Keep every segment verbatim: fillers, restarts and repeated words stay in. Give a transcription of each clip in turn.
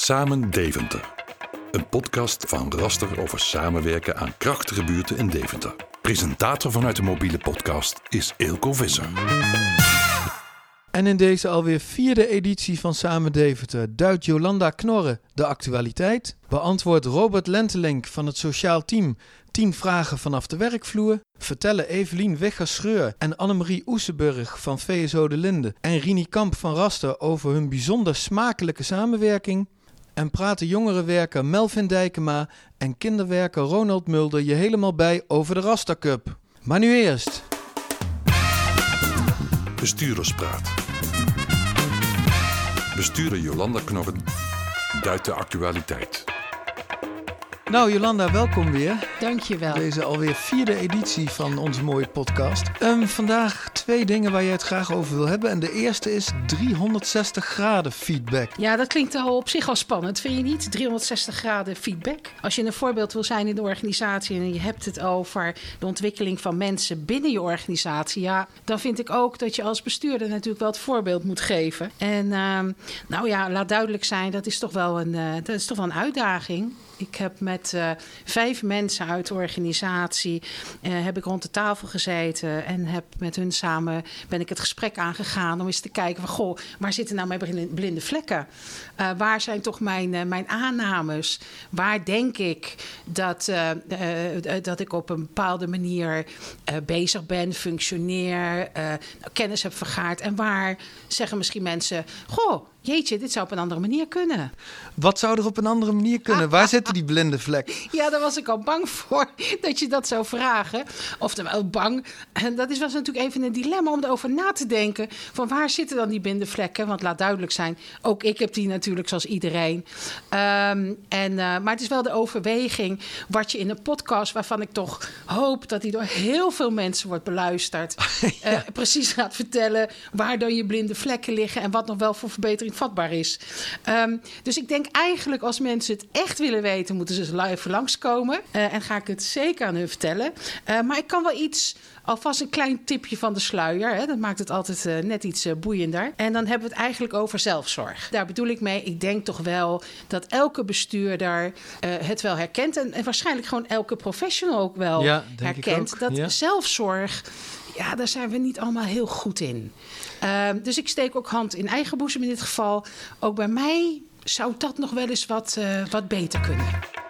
Samen Deventer. Een podcast van Raster over samenwerken aan krachtige buurten in Deventer. Presentator vanuit de mobiele podcast is Eelco Visser. En in deze alweer vierde editie van Samen Deventer duidt Jolanda Knorre de actualiteit, beantwoordt Robert Lentelink van het Sociaal Team tien vragen vanaf de werkvloer, vertellen Evelien Wegger-Schreur en Annemarie Oeseburg van V S O De Linde en Rini Kamp van Raster over hun bijzonder smakelijke samenwerking en praten jongerenwerker Melvin Dijkema en kinderwerker Ronald Mulder je helemaal bij over de Raster Cup. Maar nu eerst... Bestuurderspraat. Bestuurder Jolanda Knorre duidt de actualiteit. Nou Jolanda, welkom weer. Dankjewel. Deze alweer vierde editie van onze mooie podcast. Um, vandaag twee dingen waar jij het graag over wil hebben. En de eerste is driehonderdzestig graden feedback. Ja, dat klinkt al op zich al spannend, vind je niet? driehonderdzestig graden feedback. Als je een voorbeeld wil zijn in de organisatie en je hebt het over de ontwikkeling van mensen binnen je organisatie, ja, dan vind ik ook dat je als bestuurder natuurlijk wel het voorbeeld moet geven. En um, nou ja, laat duidelijk zijn, dat is toch wel een, uh, dat is toch wel een uitdaging. Ik heb met uh, vijf mensen uit de organisatie uh, heb ik rond de tafel gezeten en heb met hun samen ben ik het gesprek aangegaan om eens te kijken van goh, waar zitten nou mijn blinde vlekken? Uh, waar zijn toch mijn, uh, mijn aannames? Waar denk ik dat, uh, uh, dat ik op een bepaalde manier uh, bezig ben, functioneer, uh, nou, kennis heb vergaard en waar zeggen misschien mensen, goh, jeetje, dit zou op een andere manier kunnen. Wat zou er op een andere manier kunnen? Waar zitten die blinde vlekken? Ja, daar was ik al bang voor dat je dat zou vragen. Oftewel bang. En dat is, was natuurlijk even een dilemma om erover na te denken. Van waar zitten dan die blinde vlekken? Want laat duidelijk zijn, ook ik heb die natuurlijk zoals iedereen. Um, en, uh, maar het is wel de overweging wat je in een podcast, waarvan ik toch hoop dat die door heel veel mensen wordt beluisterd. ja. uh, precies gaat vertellen waar dan je blinde vlekken liggen en wat nog wel voor verbetering vatbaar is. Um, dus ik denk eigenlijk als mensen het echt willen weten, moeten ze live langskomen. Uh, en ga ik het zeker aan hun vertellen. Uh, maar ik kan wel iets, alvast een klein tipje van de sluier. Hè? Dat maakt het altijd uh, net iets uh, boeiender. En dan hebben we het eigenlijk over zelfzorg. Daar bedoel ik mee, ik denk toch wel dat elke bestuurder uh, het wel herkent. En, en waarschijnlijk gewoon elke professional ook wel ja, herkent. Ook. Dat ja. zelfzorg, ja, daar zijn we niet allemaal heel goed in. Uh, dus ik steek ook hand in eigen boezem in dit geval. Ook bij mij zou dat nog wel eens wat, uh, wat beter kunnen.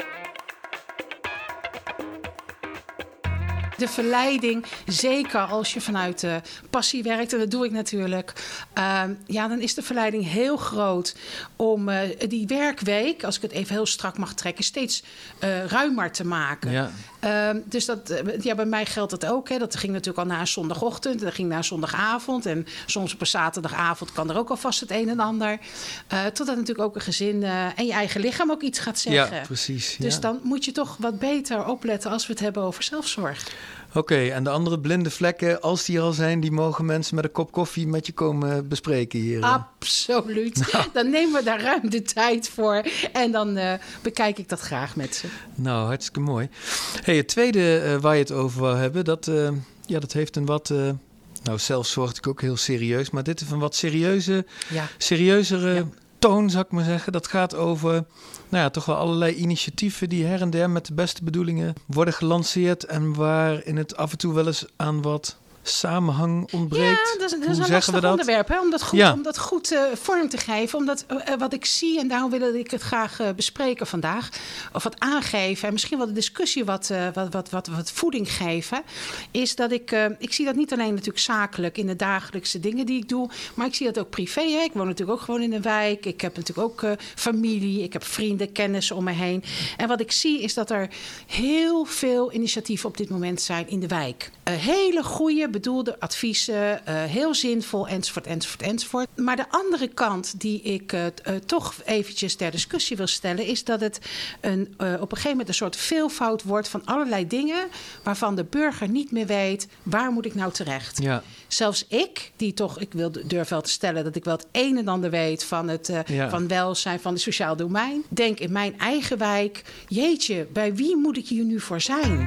De verleiding, zeker als je vanuit de passie werkt, en dat doe ik natuurlijk, uh, ja, dan is de verleiding heel groot om uh, die werkweek, als ik het even heel strak mag trekken, steeds uh, ruimer te maken. Ja. Uh, dus dat, uh, ja, bij mij geldt dat ook. Hè. Dat ging natuurlijk al na een zondagochtend, dat ging na een zondagavond en soms op een zaterdagavond kan er ook alvast het een en ander. Uh, totdat natuurlijk ook een gezin uh, en je eigen lichaam ook iets gaat zeggen. Ja, precies. Dus ja. dan moet je toch wat beter opletten als we het hebben over zelfzorg. Oké, okay, en de andere blinde vlekken, als die er al zijn, die mogen mensen met een kop koffie met je komen bespreken hier. Absoluut. Nou. Dan nemen we daar ruim de tijd voor en dan uh, bekijk ik dat graag met ze. Nou, hartstikke mooi. Hey, het tweede uh, waar je het over wil hebben, dat, uh, ja, dat heeft een wat... Uh, nou, zelfzorg natuurlijk ook heel serieus, maar dit is een wat serieuze, ja. serieuzere... Ja. toon, zou ik maar zeggen. Dat gaat over, nou ja, toch wel allerlei initiatieven die her en der met de beste bedoelingen worden gelanceerd en waarin het af en toe wel eens aan wat samenhang ontbreekt. Ja, dat is, dat Hoe is een zeggen lastig onderwerp, hè? Om dat goed, ja. om dat goed uh, vorm te geven. Omdat uh, wat ik zie, en daarom wil ik het graag uh, bespreken vandaag, of wat aangeven, en misschien wel de discussie wat, uh, wat, wat, wat, wat voeding geven, is dat ik, uh, ik zie dat niet alleen natuurlijk zakelijk in de dagelijkse dingen die ik doe, maar ik zie dat ook privé. Hè? Ik woon natuurlijk ook gewoon in een wijk. Ik heb natuurlijk ook uh, familie. Ik heb vrienden, kennissen om me heen. En wat ik zie is dat er heel veel initiatieven op dit moment zijn in de wijk. Uh, hele goede bedoelde adviezen, uh, heel zinvol, enzovoort, enzovoort, enzovoort. Maar de andere kant die ik uh, uh, toch eventjes ter discussie wil stellen, is dat het een, uh, op een gegeven moment een soort veelvoud wordt van allerlei dingen waarvan de burger niet meer weet, waar moet ik nou terecht? Ja. Zelfs ik, die toch, ik wil durf wel te stellen dat ik wel het een en ander weet van het uh, ja. van welzijn, van het sociaal domein, denk in mijn eigen wijk, jeetje, bij wie moet ik hier nu voor zijn?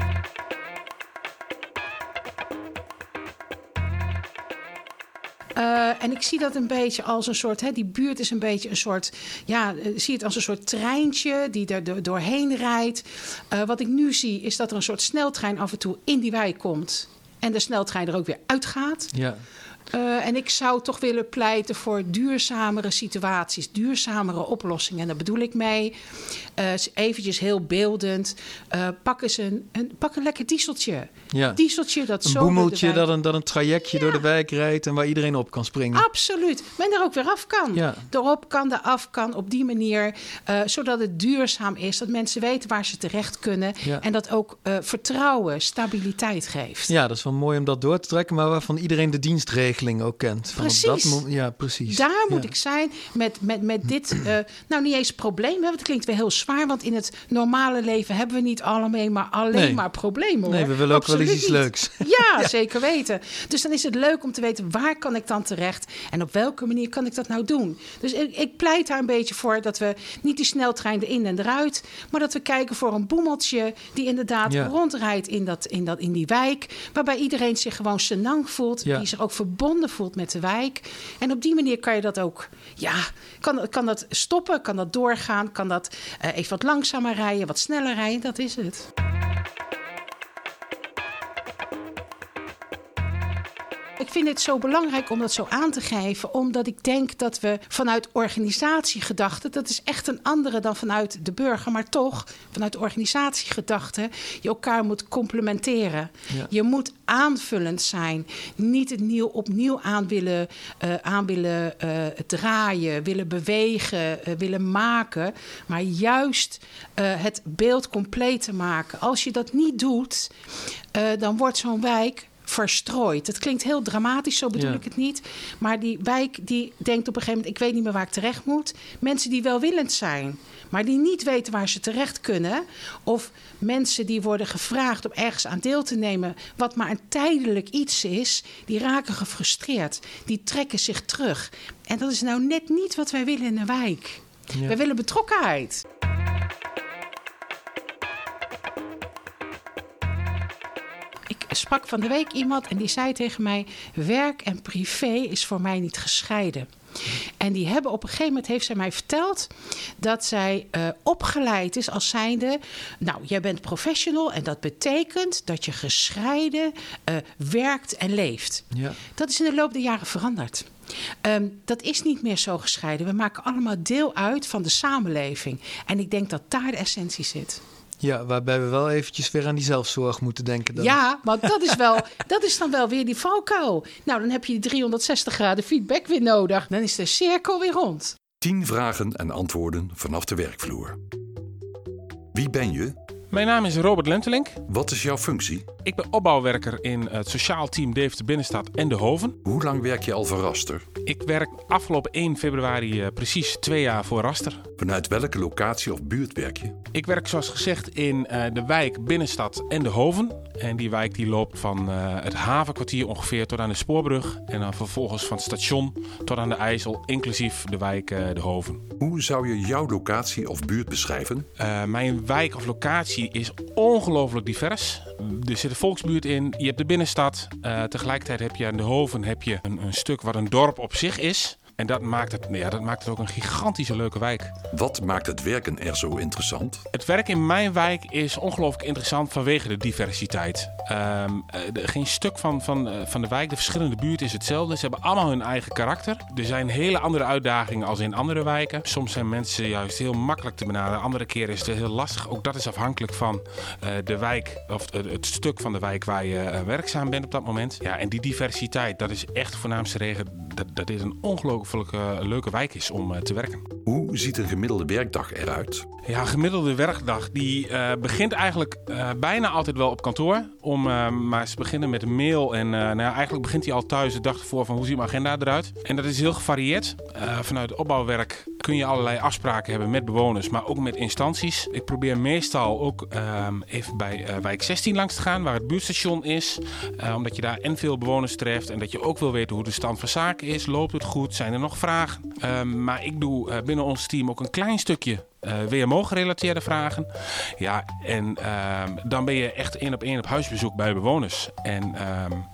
Uh, en ik zie dat een beetje als een soort... Hè, die buurt is een beetje een soort... Ja, uh, zie het als een soort treintje die er do- doorheen rijdt. Uh, wat ik nu zie is dat er een soort sneltrein af en toe in die wijk komt. En de sneltrein er ook weer uitgaat. Ja. Uh, en ik zou toch willen pleiten voor duurzamere situaties, duurzamere oplossingen. En daar bedoel ik mee, uh, eventjes heel beeldend, uh, pak eens een, een, pak een lekker dieseltje. Ja. Dieseltje dat een zo boemeltje wijk... dat een, dat een trajectje ja. door de wijk rijdt en waar iedereen op kan springen. Absoluut. Men er ook weer af kan. Ja. Erop kan, eraf kan, op die manier. Uh, zodat het duurzaam is, dat mensen weten waar ze terecht kunnen. Ja. En dat ook uh, vertrouwen, stabiliteit geeft. Ja, dat is wel mooi om dat door te trekken, maar waarvan iedereen de dienstregeling ook kent. Van precies. Dat mo- ja, precies. Daar moet ja. ik zijn met, met, met dit, uh, nou niet eens probleem. Hè? Het klinkt weer heel zwaar, want in het normale leven hebben we niet allemaal maar alleen nee. maar problemen. Hoor. Nee, we willen Absoluut ook wel eens iets niet. leuks. Ja, ja, zeker weten. Dus dan is het leuk om te weten, waar kan ik dan terecht? En op welke manier kan ik dat nou doen? Dus ik, ik pleit daar een beetje voor dat we niet die sneltrein erin en eruit, maar dat we kijken voor een boemeltje die inderdaad ja. rondrijdt in, dat, in, dat, in die wijk, waarbij iedereen zich gewoon senang voelt, ja. die zich ook verbonden voelt met de wijk. En op die manier kan je dat ook, ja, kan, kan dat stoppen, kan dat doorgaan, kan dat uh, even wat langzamer rijden, wat sneller rijden, dat is het. Ik vind het zo belangrijk om dat zo aan te geven, omdat ik denk dat we vanuit organisatiegedachte, dat is echt een andere dan vanuit de burger, maar toch vanuit organisatiegedachte, je elkaar moet complementeren. Ja. Je moet aanvullend zijn, niet het nieuw opnieuw aan willen, uh, aan willen uh, draaien, willen bewegen, uh, willen maken, maar juist uh, het beeld compleet te maken. Als je dat niet doet, uh, dan wordt zo'n wijk verstrooid. Het klinkt heel dramatisch, zo bedoel ja. ik het niet. Maar die wijk die denkt op een gegeven moment, ik weet niet meer waar ik terecht moet. Mensen die welwillend zijn, maar die niet weten waar ze terecht kunnen. Of mensen die worden gevraagd om ergens aan deel te nemen, wat maar een tijdelijk iets is, die raken gefrustreerd. Die trekken zich terug. En dat is nou net niet wat wij willen in een wijk. Ja. Wij willen betrokkenheid. Ik sprak van de week iemand en die zei tegen mij, werk en privé is voor mij niet gescheiden. En die hebben op een gegeven moment, heeft zij mij verteld, dat zij uh, opgeleid is als zijnde, nou, jij bent professional en dat betekent dat je gescheiden uh, werkt en leeft. Ja. Dat is in de loop der jaren veranderd. Um, dat is niet meer zo gescheiden. We maken allemaal deel uit van de samenleving. En ik denk dat daar de essentie zit. Ja, waarbij we wel eventjes weer aan die zelfzorg moeten denken dan. Ja, maar dat is, wel, dat is dan wel weer die valkuil. Nou, dan heb je die driehonderdzestig graden feedback weer nodig. Dan is de cirkel weer rond. Tien vragen en antwoorden vanaf de werkvloer. Wie ben je? Mijn naam is Robert Lentelink. Wat is jouw functie? Ik ben opbouwwerker in het sociaal team Deventer Binnenstad en De Hoven. Hoe lang werk je al voor Raster? Ik werk afgelopen één februari uh, precies twee jaar voor Raster. Vanuit welke locatie of buurt werk je? Ik werk zoals gezegd in uh, de wijk Binnenstad en De Hoven. En die wijk die loopt van uh, het havenkwartier ongeveer tot aan de spoorbrug. En dan vervolgens van het station tot aan de IJssel, inclusief de wijk uh, De Hoven. Hoe zou je jouw locatie of buurt beschrijven? Uh, mijn wijk of locatie is ongelooflijk divers. Er zit een volksbuurt in, je hebt de binnenstad. Uh, tegelijkertijd heb je aan De Hoven heb je een, een stuk wat een dorp op zich is. En dat maakt, het, ja, dat maakt het ook een gigantische leuke wijk. Wat maakt het werken er zo interessant? Het werk in mijn wijk is ongelooflijk interessant vanwege de diversiteit. Um, de, geen stuk van, van, uh, van de wijk, de verschillende buurten is hetzelfde. Ze hebben allemaal hun eigen karakter. Er zijn hele andere uitdagingen als in andere wijken. Soms zijn mensen juist heel makkelijk te benaderen. Andere keren is het heel lastig. Ook dat is afhankelijk van uh, de wijk, of uh, het stuk van de wijk waar je uh, werkzaam bent op dat moment. Ja, en die diversiteit, dat is echt de voornaamste reden dat, dat dit een ongelooflijk een leuke wijk is om uh, te werken. Hoe ziet een gemiddelde werkdag eruit? Ja, een gemiddelde werkdag die uh, begint eigenlijk uh, bijna altijd wel op kantoor. Om uh, maar eens te beginnen met een mail. En uh, nou ja, eigenlijk begint hij al thuis de dag ervoor van hoe ziet mijn agenda eruit. En dat is heel gevarieerd. Uh, vanuit opbouwwerk kun je allerlei afspraken hebben met bewoners, maar ook met instanties. Ik probeer meestal ook uh, even bij uh, wijk zestien langs te gaan, waar het buurtstation is. Uh, omdat je daar en veel bewoners treft en dat je ook wil weten hoe de stand van zaken is. Loopt het goed? Zijn er nog vragen? Uh, maar ik doe uh, binnen ons team ook een klein stukje Uh, W M O-gerelateerde vragen. Ja, en uh, dan ben je echt één op één op huisbezoek bij bewoners. En uh,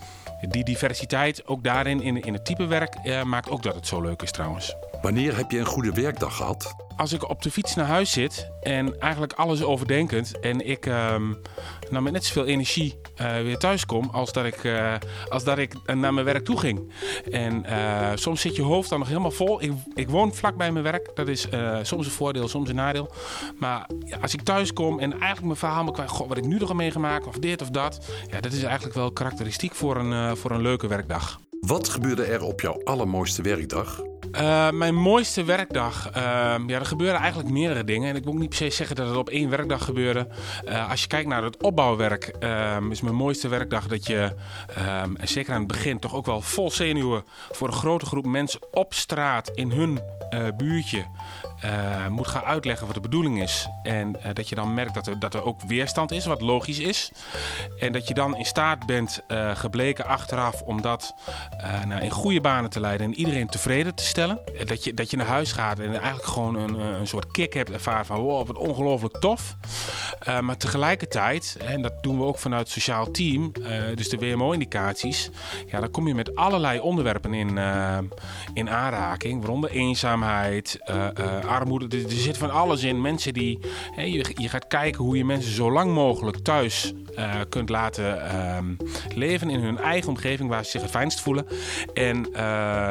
die diversiteit ook daarin in, in het type werk uh, maakt ook dat het zo leuk is trouwens. Wanneer heb je een goede werkdag gehad? Als ik op de fiets naar huis zit en eigenlijk alles overdenkend en ik um, nou met net zoveel energie uh, weer thuis kom als dat ik, uh, als dat ik naar mijn werk toe ging. En uh, soms zit je hoofd dan nog helemaal vol. Ik, ik woon vlak bij mijn werk. Dat is uh, soms een voordeel, soms een nadeel. Maar ja, als ik thuis kom en eigenlijk mijn verhaal me kwijt, goh, wat ik nu nog heb meegemaakt of dit of dat. Ja, dat is eigenlijk wel karakteristiek voor een, uh, voor een leuke werkdag. Wat gebeurde er op jouw allermooiste werkdag? Uh, mijn mooiste werkdag, uh, ja, er gebeuren eigenlijk meerdere dingen. En ik moet niet per se zeggen dat het op één werkdag gebeurde. Uh, als je kijkt naar het opbouwwerk, uh, is mijn mooiste werkdag dat je, uh, en zeker aan het begin, toch ook wel vol zenuwen voor een grote groep mensen op straat in hun uh, buurtje uh, moet gaan uitleggen wat de bedoeling is. En uh, dat je dan merkt dat er, dat er ook weerstand is, wat logisch is. En dat je dan in staat bent uh, gebleken achteraf om dat uh, nou, in goede banen te leiden en iedereen tevreden te stellen. Dat je, dat je naar huis gaat en eigenlijk gewoon een, een soort kick hebt ervaren van wow, wat ongelooflijk tof. Uh, maar tegelijkertijd, en dat doen we ook vanuit het sociaal team, uh, dus de W M O-indicaties, ja, dan kom je met allerlei onderwerpen in, uh, in aanraking. Waaronder eenzaamheid, uh, uh, armoede. Er, er zit van alles in. Mensen die, hey, je, je gaat kijken hoe je mensen zo lang mogelijk thuis uh, kunt laten uh, leven in hun eigen omgeving waar ze zich het fijnst voelen. En uh,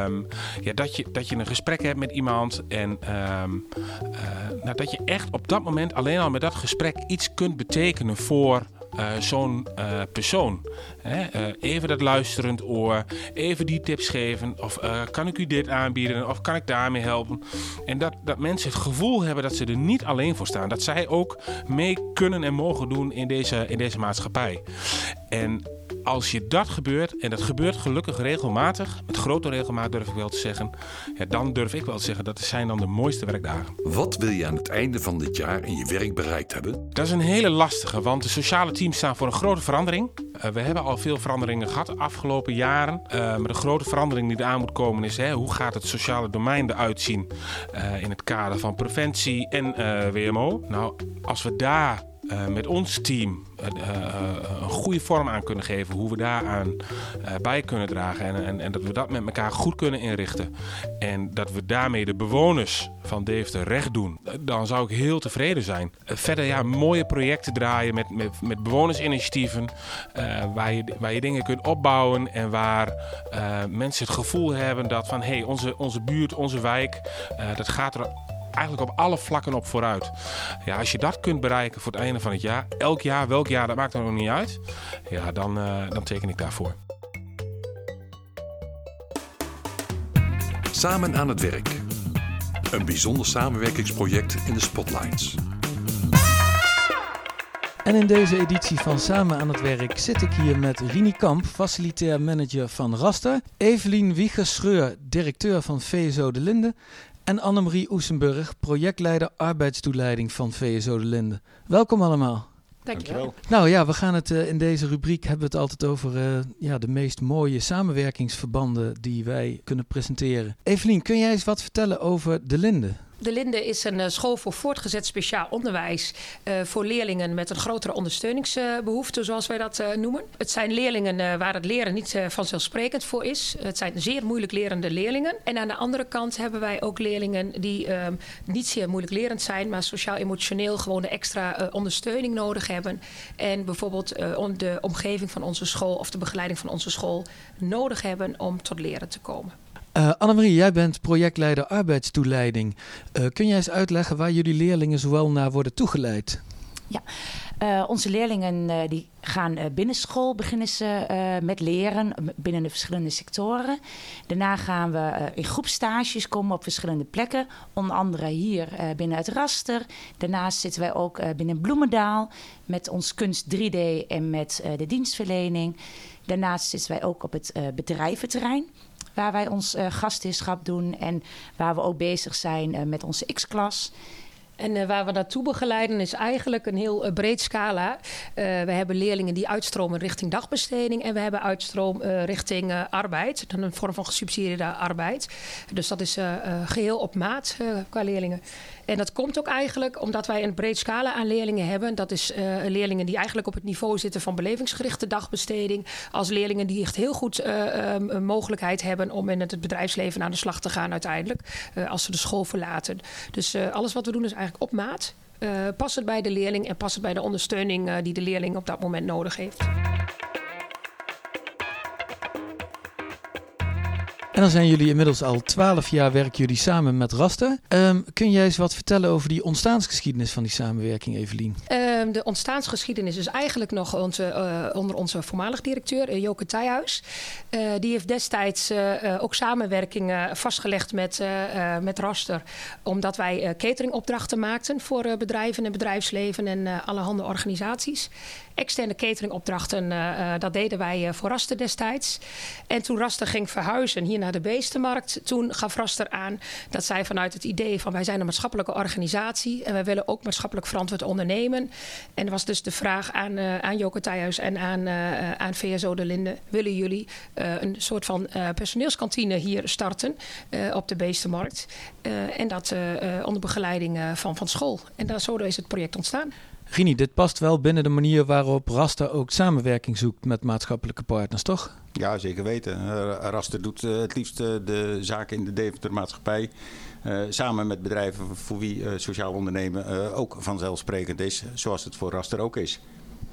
ja, dat je dat je een gesprek hebt met iemand en um, uh, nou, dat je echt op dat moment alleen al met dat gesprek iets kunt betekenen voor uh, zo'n uh, persoon. Hè? Uh, even dat luisterend oor, even die tips geven of uh, kan ik u dit aanbieden of kan ik daarmee helpen. En dat, dat mensen het gevoel hebben dat ze er niet alleen voor staan. Dat zij ook mee kunnen en mogen doen in deze, in deze maatschappij. En als je dat gebeurt, en dat gebeurt gelukkig regelmatig, met grote regelmaat durf ik wel te zeggen, ja, dan durf ik wel te zeggen dat zijn dan de mooiste werkdagen. Wat wil je aan het einde van dit jaar in je werk bereikt hebben? Dat is een hele lastige, want de sociale teams staan voor een grote verandering. Uh, we hebben al veel veranderingen gehad de afgelopen jaren. Uh, maar de grote verandering die eraan moet komen is, hè, hoe gaat het sociale domein eruit zien uh, in het kader van preventie en uh, W M O? Nou, als we daar Uh, met ons team uh, uh, een goede vorm aan kunnen geven, hoe we daaraan uh, bij kunnen dragen en, en, en dat we dat met elkaar goed kunnen inrichten en dat we daarmee de bewoners van Deventer recht doen, dan zou ik heel tevreden zijn. Uh, verder ja, mooie projecten draaien met, met, met bewonersinitiatieven uh, waar, je, waar je dingen kunt opbouwen en waar uh, mensen het gevoel hebben dat van hey, onze, onze buurt, onze wijk, uh, dat gaat er eigenlijk op alle vlakken op vooruit. Ja, als je dat kunt bereiken voor het einde van het jaar, elk jaar, welk jaar, dat maakt er nog niet uit. Ja, dan, uh, dan teken ik daarvoor. Samen aan het werk. Een bijzonder samenwerkingsproject in de Spotlights. En in deze editie van Samen aan het Werk zit ik hier met Rini Kamp, facilitair manager van Raster, Evelien Wiegers-Schreur, directeur van V S O De Linde, en Annemarie Oesenburg, projectleider arbeidstoeleiding van V S O De Linde. Welkom allemaal. Dankjewel. Nou ja, we gaan het uh, in deze rubriek hebben we het altijd over uh, ja, de meest mooie samenwerkingsverbanden die wij kunnen presenteren. Evelien, kun jij eens wat vertellen over De Linde? De Linde is een uh, school voor voortgezet speciaal onderwijs uh, voor leerlingen met een grotere ondersteuningsbehoefte, zoals wij dat uh, noemen. Het zijn leerlingen uh, waar het leren niet uh, vanzelfsprekend voor is. Het zijn zeer moeilijk lerende leerlingen. En aan de andere kant hebben wij ook leerlingen die uh, niet zeer moeilijk lerend zijn, maar sociaal-emotioneel gewoon de extra uh, ondersteuning nodig hebben. En bijvoorbeeld uh, om de omgeving van onze school of de begeleiding van onze school nodig hebben om tot leren te komen. Uh, Annemarie, jij bent projectleider arbeidstoeleiding. Uh, kun jij eens uitleggen waar jullie leerlingen zoal naar worden toegeleid? Ja, uh, onze leerlingen uh, die gaan uh, binnenschool beginnen ze uh, met leren binnen de verschillende sectoren. Daarna gaan we uh, in groepstages komen op verschillende plekken. Onder andere hier uh, binnen het Raster. Daarnaast zitten wij ook uh, binnen Bloemendaal met ons kunst drie D en met uh, de dienstverlening. Daarnaast zitten wij ook op het uh, bedrijventerrein, waar wij ons uh, gastheerschap doen en waar we ook bezig zijn uh, met onze X-klas. En uh, waar we naartoe begeleiden is eigenlijk een heel uh, breed scala. Uh, we hebben leerlingen die uitstromen richting dagbesteding. En we hebben uitstroom uh, richting uh, arbeid. Dan een vorm van gesubsidieerde arbeid. Dus dat is uh, uh, geheel op maat uh, qua leerlingen. En dat komt ook eigenlijk omdat wij een breed scala aan leerlingen hebben. Dat is uh, leerlingen die eigenlijk op het niveau zitten van belevingsgerichte dagbesteding. Als leerlingen die echt heel goed uh, um, een mogelijkheid hebben om in het bedrijfsleven aan de slag te gaan uiteindelijk. Uh, als ze de school verlaten. Dus uh, alles wat we doen is eigenlijk op maat. Uh, passend bij de leerling en passend bij de ondersteuning uh, die de leerling op dat moment nodig heeft. En dan zijn jullie inmiddels al twaalf jaar werken jullie samen met Raster. Um, kun jij eens wat vertellen over die ontstaansgeschiedenis van die samenwerking, Evelien? Um, de ontstaansgeschiedenis is eigenlijk nog onze, uh, onder onze voormalig directeur, uh, Joke Thijhuis. Uh, die heeft destijds uh, uh, ook samenwerkingen vastgelegd met, uh, uh, met Raster. Omdat wij uh, cateringopdrachten maakten voor uh, bedrijven en bedrijfsleven en uh, allerhande organisaties. Externe cateringopdrachten, uh, uh, dat deden wij uh, voor Raster destijds. En toen Raster ging verhuizen hier naar de Beestenmarkt, toen gaf Raster aan dat zij vanuit het idee van wij zijn een maatschappelijke organisatie en wij willen ook maatschappelijk verantwoord ondernemen. En er was dus de vraag aan, uh, aan Joke Thijhuis en aan, uh, aan V S O De Linde, willen jullie uh, een soort van uh, personeelskantine hier starten uh, op de Beestenmarkt? Uh, en dat uh, uh, onder begeleiding uh, van, van school. En daar, zo is het project ontstaan. Rini, dit past wel binnen de manier waarop Raster ook samenwerking zoekt met maatschappelijke partners, toch? Ja, zeker weten. Uh, Raster doet uh, het liefst uh, de zaken in de Deventer maatschappij. Uh, samen met bedrijven voor wie uh, sociaal ondernemen uh, ook vanzelfsprekend is. Zoals het voor Raster ook is.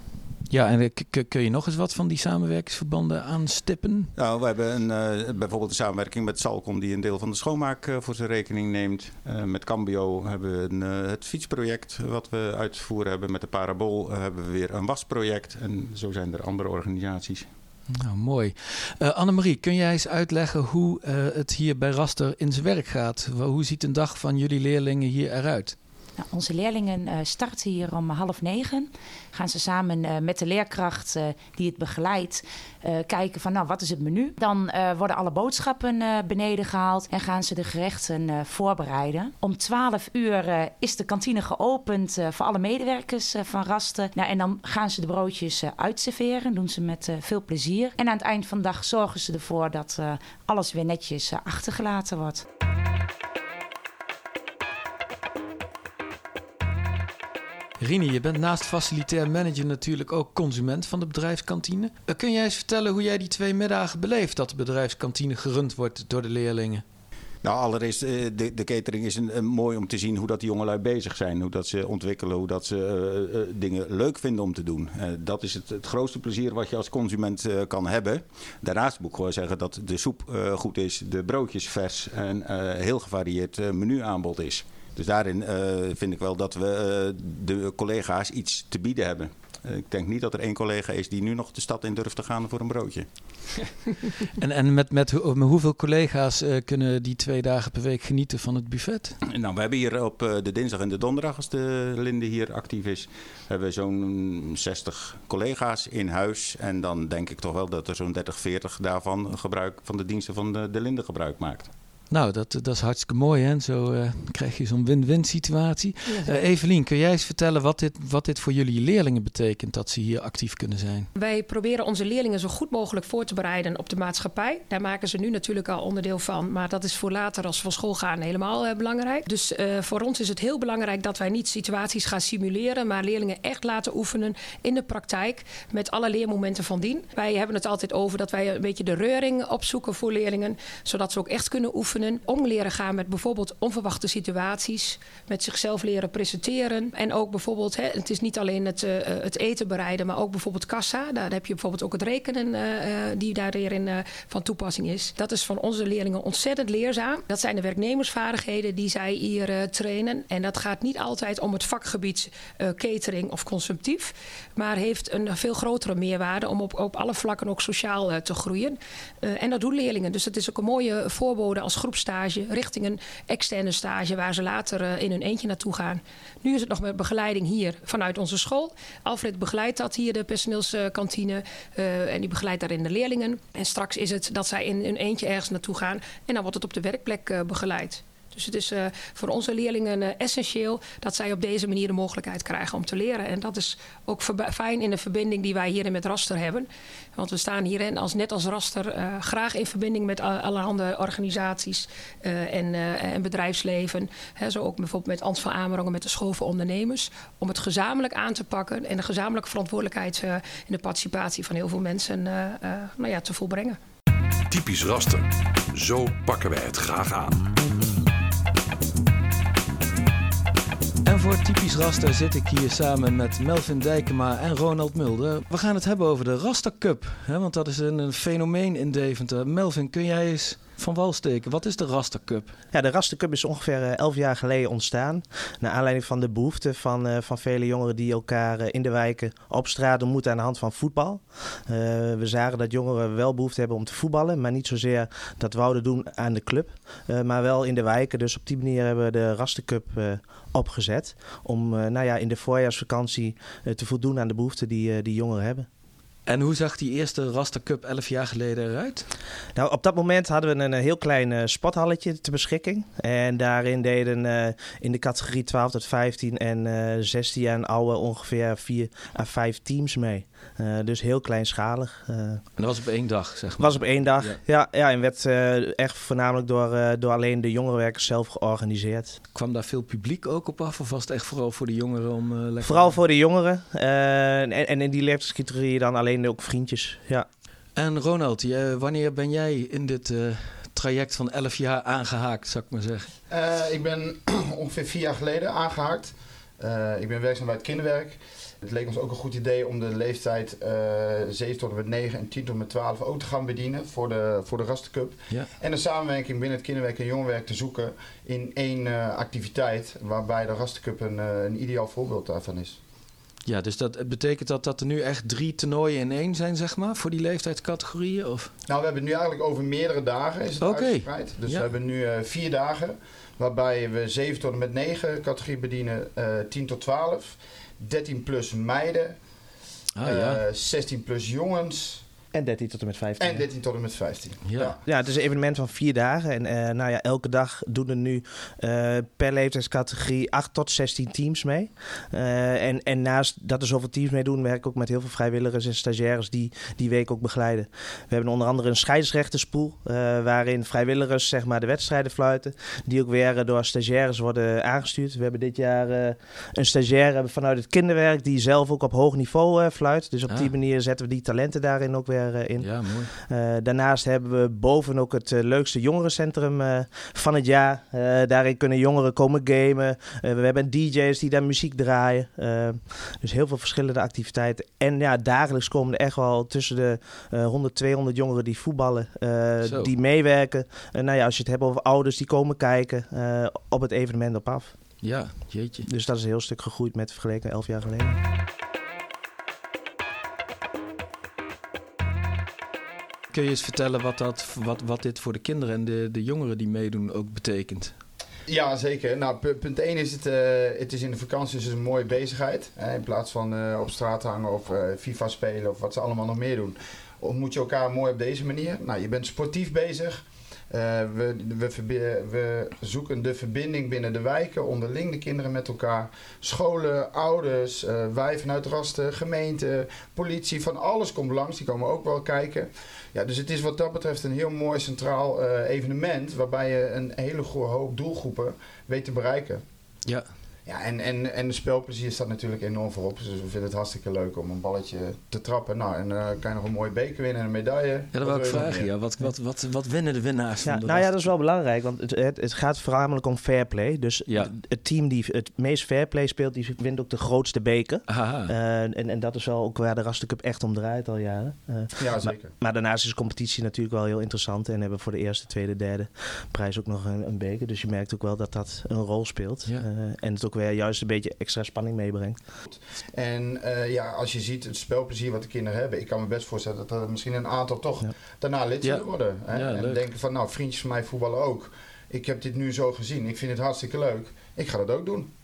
Ja, en k- kun je nog eens wat van die samenwerkingsverbanden aanstippen? Nou, we hebben een, uh, bijvoorbeeld een samenwerking met Salcom die een deel van de schoonmaak uh, voor zijn rekening neemt. Uh, met Cambio hebben we een, uh, het fietsproject wat we uitvoeren hebben. Met de Parabool uh, hebben we weer een wasproject. En zo zijn er andere organisaties. Nou, mooi. Uh, Annemarie, kun jij eens uitleggen hoe uh, het hier bij Raster in zijn werk gaat? Hoe ziet een dag van jullie leerlingen hier eruit? Nou, onze leerlingen uh, starten hier om half negen. Gaan ze samen uh, met de leerkracht uh, die het begeleidt uh, kijken van nou wat is het menu. Dan uh, worden alle boodschappen uh, beneden gehaald en gaan ze de gerechten uh, voorbereiden. Om twaalf uur uh, is de kantine geopend uh, voor alle medewerkers uh, van Raster. Nou, en dan gaan ze de broodjes uh, uitserveren. Doen ze met uh, veel plezier. En aan het eind van de dag zorgen ze ervoor dat uh, alles weer netjes uh, achtergelaten wordt. Rini, je bent naast facilitair manager natuurlijk ook consument van de bedrijfskantine. Kun jij eens vertellen hoe jij die twee middagen beleeft dat de bedrijfskantine gerund wordt door de leerlingen? Nou, allereerst, de, de catering is een, een mooi om te zien hoe dat die jongelui bezig zijn. Hoe dat ze ontwikkelen, hoe dat ze uh, uh, dingen leuk vinden om te doen. Uh, dat is het, het grootste plezier wat je als consument uh, kan hebben. Daarnaast moet ik gewoon zeggen dat de soep uh, goed is, de broodjes vers en uh, heel gevarieerd uh, menuaanbod is. Dus daarin uh, vind ik wel dat we uh, de collega's iets te bieden hebben. Uh, ik denk niet dat er één collega is die nu nog de stad in durft te gaan voor een broodje. en en met, met, ho- met hoeveel collega's uh, kunnen die twee dagen per week genieten van het buffet? Nou, we hebben hier op uh, de dinsdag en de donderdag, als de Linde hier actief is, hebben we zo'n zestig collega's in huis. En dan denk ik toch wel dat er zo'n dertig, veertig daarvan gebruik van de diensten van de, de Linde gebruik maakt. Nou, dat, dat is hartstikke mooi, hè? Zo uh, krijg je zo'n win-win situatie. Ja. Uh, Evelien, kun jij eens vertellen wat dit, wat dit voor jullie leerlingen betekent dat ze hier actief kunnen zijn? Wij proberen onze leerlingen zo goed mogelijk voor te bereiden op de maatschappij. Daar maken ze nu natuurlijk al onderdeel van. Maar dat is voor later als ze van school gaan helemaal uh, belangrijk. Dus uh, voor ons is het heel belangrijk dat wij niet situaties gaan simuleren, maar leerlingen echt laten oefenen in de praktijk met alle leermomenten van dien. Wij hebben het altijd over dat wij een beetje de reuring opzoeken voor leerlingen, zodat ze ook echt kunnen oefenen. Om leren gaan met bijvoorbeeld onverwachte situaties. Met zichzelf leren presenteren. En ook bijvoorbeeld, hè, het is niet alleen het, uh, het eten bereiden, maar ook bijvoorbeeld kassa. Daar heb je bijvoorbeeld ook het rekenen uh, die daarin uh, van toepassing is. Dat is van onze leerlingen ontzettend leerzaam. Dat zijn de werknemersvaardigheden die zij hier uh, trainen. En dat gaat niet altijd om het vakgebied uh, catering of consumptief. Maar heeft een veel grotere meerwaarde om op, op alle vlakken ook sociaal uh, te groeien. Uh, en dat doen leerlingen. Dus dat is ook een mooie voorbode als groepstage richting een externe stage waar ze later uh, in hun eentje naartoe gaan. Nu is het nog met begeleiding hier vanuit onze school. Alfred begeleidt dat hier, de personeelskantine. Uh, en die begeleidt daarin de leerlingen. En straks is het dat zij in hun eentje ergens naartoe gaan. En dan wordt het op de werkplek uh, begeleid. Dus Dus het is uh, voor onze leerlingen uh, essentieel dat zij op deze manier de mogelijkheid krijgen om te leren. En dat is ook verba- fijn in de verbinding die wij hierin met Raster hebben. Want we staan hierin als, net als Raster uh, graag in verbinding met allerhande organisaties uh, en, uh, en bedrijfsleven. He, zo ook bijvoorbeeld met Ans van Amerongen, met de School voor Ondernemers. Om het gezamenlijk aan te pakken en de gezamenlijke verantwoordelijkheid uh, in de participatie van heel veel mensen uh, uh, nou ja, te volbrengen. Typisch Raster. Zo pakken wij het graag aan. En voor Typisch Raster zit ik hier samen met Melvin Dijkema en Ronald Mulder. We gaan het hebben over de Raster Cup, hè, want dat is een, een fenomeen in Deventer. Melvin, kun jij eens van wal steken? Wat is de Raster Cup? Ja, de Raster Cup is ongeveer uh, elf jaar geleden ontstaan. Naar aanleiding van de behoefte van, uh, van vele jongeren die elkaar uh, in de wijken op straat ontmoeten aan de hand van voetbal. Uh, we zagen dat jongeren wel behoefte hebben om te voetballen, maar niet zozeer dat wouden doen aan de club. Uh, maar wel in de wijken. Dus op die manier hebben we de Raster Cup uh, opgezet. Om uh, nou ja, in de voorjaarsvakantie uh, te voldoen aan de behoeften die, uh, die jongeren hebben. En hoe zag die eerste Raster Cup elf jaar geleden eruit? Nou, op dat moment hadden we een, een heel klein uh, sporthalletje ter beschikking. En daarin deden uh, in de categorie twaalf tot vijftien en uh, zestien jaar en ouder ongeveer vier à vijf teams mee. Uh, dus heel kleinschalig. Uh, en dat was op één dag, zeg maar? was op één dag, ja. ja, ja en werd uh, echt voornamelijk door, uh, door alleen de jongerenwerkers zelf georganiseerd. Kwam daar veel publiek ook op af? Of was het echt vooral voor de jongeren om uh, lekker... Vooral voor de jongeren. Uh, en, en in die leeftijdscategorie dan alleen ook vriendjes, ja. En Ronald, je, wanneer ben jij in dit uh, traject van elf jaar aangehaakt, zou ik maar zeggen? Uh, ik ben ongeveer vier jaar geleden aangehaakt. Uh, ik ben werkzaam bij het kinderwerk. Het leek ons ook een goed idee om de leeftijd uh, zeven tot en met negen en tien tot en met twaalf ook te gaan bedienen voor de, voor de Raster Cup. Ja. En een samenwerking binnen het kinderwerk en jongerenwerk te zoeken in één uh, activiteit, waarbij de Raster Cup een, uh, een ideaal voorbeeld daarvan is. Ja, dus dat betekent dat dat er nu echt drie toernooien in één zijn, zeg maar, voor die leeftijdscategorieën? Of? Nou, we hebben het nu eigenlijk over meerdere dagen is het okay. uitgespreid. Dus ja. we hebben nu uh, vier dagen, waarbij we zeven tot en met negen categorie bedienen, uh, tien tot twaalf, dertien plus meiden, ah, uh, ja. zestien plus jongens. En dertien tot en met vijftien. En dertien tot en met vijftien. Ja, ja. ja het is een evenement van vier dagen. En uh, nou ja, elke dag doen er nu uh, per leeftijdscategorie acht tot zestien teams mee. Uh, en, en naast dat er zoveel teams meedoen, werk ik ook met heel veel vrijwilligers en stagiaires die die week ook begeleiden. We hebben onder andere een scheidsrechterspool, uh, waarin vrijwilligers zeg maar de wedstrijden fluiten. Die ook weer door stagiaires worden aangestuurd. We hebben dit jaar uh, een stagiaire vanuit het kinderwerk die zelf ook op hoog niveau uh, fluit. Dus op ah. die manier zetten we die talenten daarin ook weer in. Ja, mooi. Uh, daarnaast hebben we boven ook het uh, leukste jongerencentrum uh, van het jaar. Uh, daarin kunnen jongeren komen gamen. Uh, we hebben D J's die daar muziek draaien. Uh, dus heel veel verschillende activiteiten. En ja, dagelijks komen er echt wel tussen de uh, honderd, tweehonderd jongeren die voetballen. Uh, die meewerken. Uh, nou ja, als je het hebt over ouders die komen kijken uh, op het evenement op af. Ja, jeetje. Dus dat is een heel stuk gegroeid met vergeleken elf jaar geleden. Kun je eens vertellen wat, dat, wat, wat dit voor de kinderen en de, de jongeren die meedoen ook betekent? Ja, zeker. Nou, punt één is het, uh, het is in de vakantie dus een mooie bezigheid. Hè? In plaats van uh, op straat hangen of uh, FIFA spelen of wat ze allemaal nog meer doen. Ontmoet je elkaar mooi op deze manier. Nou, je bent sportief bezig. Uh, we, we, verbi- we zoeken de verbinding binnen de wijken, onderling de kinderen met elkaar. Scholen, ouders, uh, wij vanuit Raster, gemeente, politie, van alles komt langs. Die komen ook wel kijken. Ja, dus het is wat dat betreft een heel mooi centraal uh, evenement waarbij je een hele hoop doelgroepen weet te bereiken. Ja. Ja, en, en, en de spelplezier staat natuurlijk enorm voorop. Dus we vinden het hartstikke leuk om een balletje te trappen. Nou, en dan uh, kan je nog een mooie beker winnen en een medaille. Ja, dat wil ik vragen. Ja. Wat, wat, wat, wat winnen de winnaars ja, van de Nou ja, dat is wel belangrijk. Want het, het, het gaat voornamelijk om fair play. Dus ja. het team die het meest fair play speelt, die wint ook de grootste beker. Uh, en, en dat is wel ook waar de Raster Cup echt om draait al jaren. Uh, ja, zeker. Maar, maar daarnaast is de competitie natuurlijk wel heel interessant. En hebben voor de eerste, tweede, derde prijs ook nog een, een beker. Dus je merkt ook wel dat dat een rol speelt. Ja. Uh, en het ook weer juist een beetje extra spanning meebrengt. En uh, ja, als je ziet het spelplezier wat de kinderen hebben, ik kan me best voorstellen dat er misschien een aantal toch ja. daarna lid zullen ja. worden. Hè? Ja, en leuk. Denken van, nou, vriendjes van mij voetballen ook. Ik heb dit nu zo gezien, ik vind het hartstikke leuk. Ik ga dat ook doen.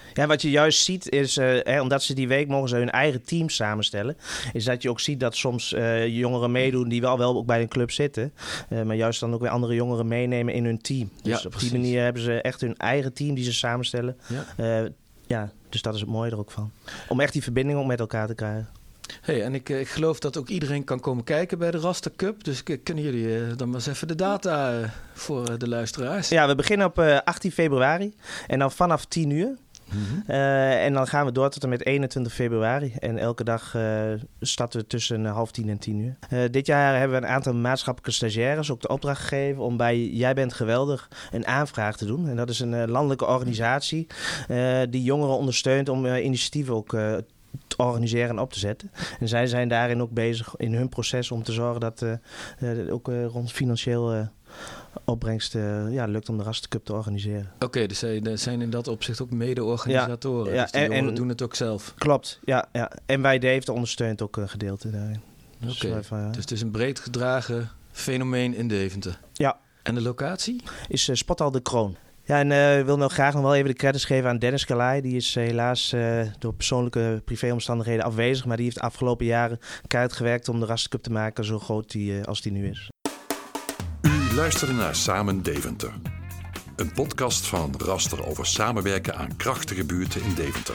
Ja, wat je juist ziet is, uh, hè, omdat ze die week mogen ze hun eigen team samenstellen, is dat je ook ziet dat soms uh, jongeren meedoen die wel wel ook bij een club zitten, uh, maar juist dan ook weer andere jongeren meenemen in hun team. Dus Ja, op precies. die manier hebben ze echt hun eigen team die ze samenstellen. Ja. Uh, ja, dus dat is het mooie er ook van. Om echt die verbinding ook met elkaar te krijgen. Hey, en ik, ik geloof dat ook iedereen kan komen kijken bij de Raster Cup. Dus k- kunnen jullie uh, dan maar eens even de data uh, voor uh, de luisteraars? Ja, we beginnen op uh, achttien februari en dan vanaf tien uur. Mm-hmm. Uh, en dan gaan we door tot en met eenentwintig februari. En elke dag uh, starten we tussen uh, half tien en tien uur. Uh, dit jaar hebben we een aantal maatschappelijke stagiaires ook de opdracht gegeven om bij Jij Bent Geweldig een aanvraag te doen. En dat is een uh, landelijke organisatie uh, die jongeren ondersteunt om uh, initiatieven ook uh, te organiseren en op te zetten. En zij zijn daarin ook bezig in hun proces om te zorgen dat uh, uh, ook uh, rond financieel uh, opbrengst uh, ja, lukt om de Raster Cup te organiseren. Oké, okay, dus zij zijn in dat opzicht ook mede-organisatoren. Ja, dus die en, jongeren en, doen het ook zelf. Klopt, ja. ja. En wij Deventer ondersteunt ook een gedeelte daarin. Oké, okay. dus, uh, dus het is een breed gedragen fenomeen in Deventer. Ja. En de locatie? Is uh, Sporthal de Kroon. Ja, en uh, ik wil nou graag nog wel even de credits geven aan Dennis Kalai. Die is uh, helaas uh, door persoonlijke privéomstandigheden afwezig. Maar die heeft de afgelopen jaren keihard gewerkt om de Raster Cup te maken zo groot die, uh, als die nu is. U luisterde naar Samen Deventer. Een podcast van Raster over samenwerken aan krachtige buurten in Deventer.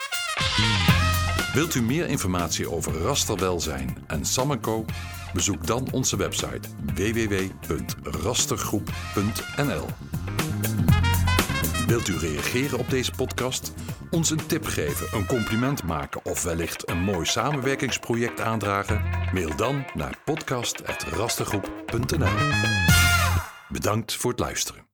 Wilt u meer informatie over rasterwelzijn en Sam en Co? Bezoek dan onze website w w w punt rastergroep punt n l. Wilt u reageren op deze podcast? Ons een tip geven, een compliment maken of wellicht een mooi samenwerkingsproject aandragen? Mail dan naar podcast apenstaartje rastergroep punt n l. Bedankt voor het luisteren.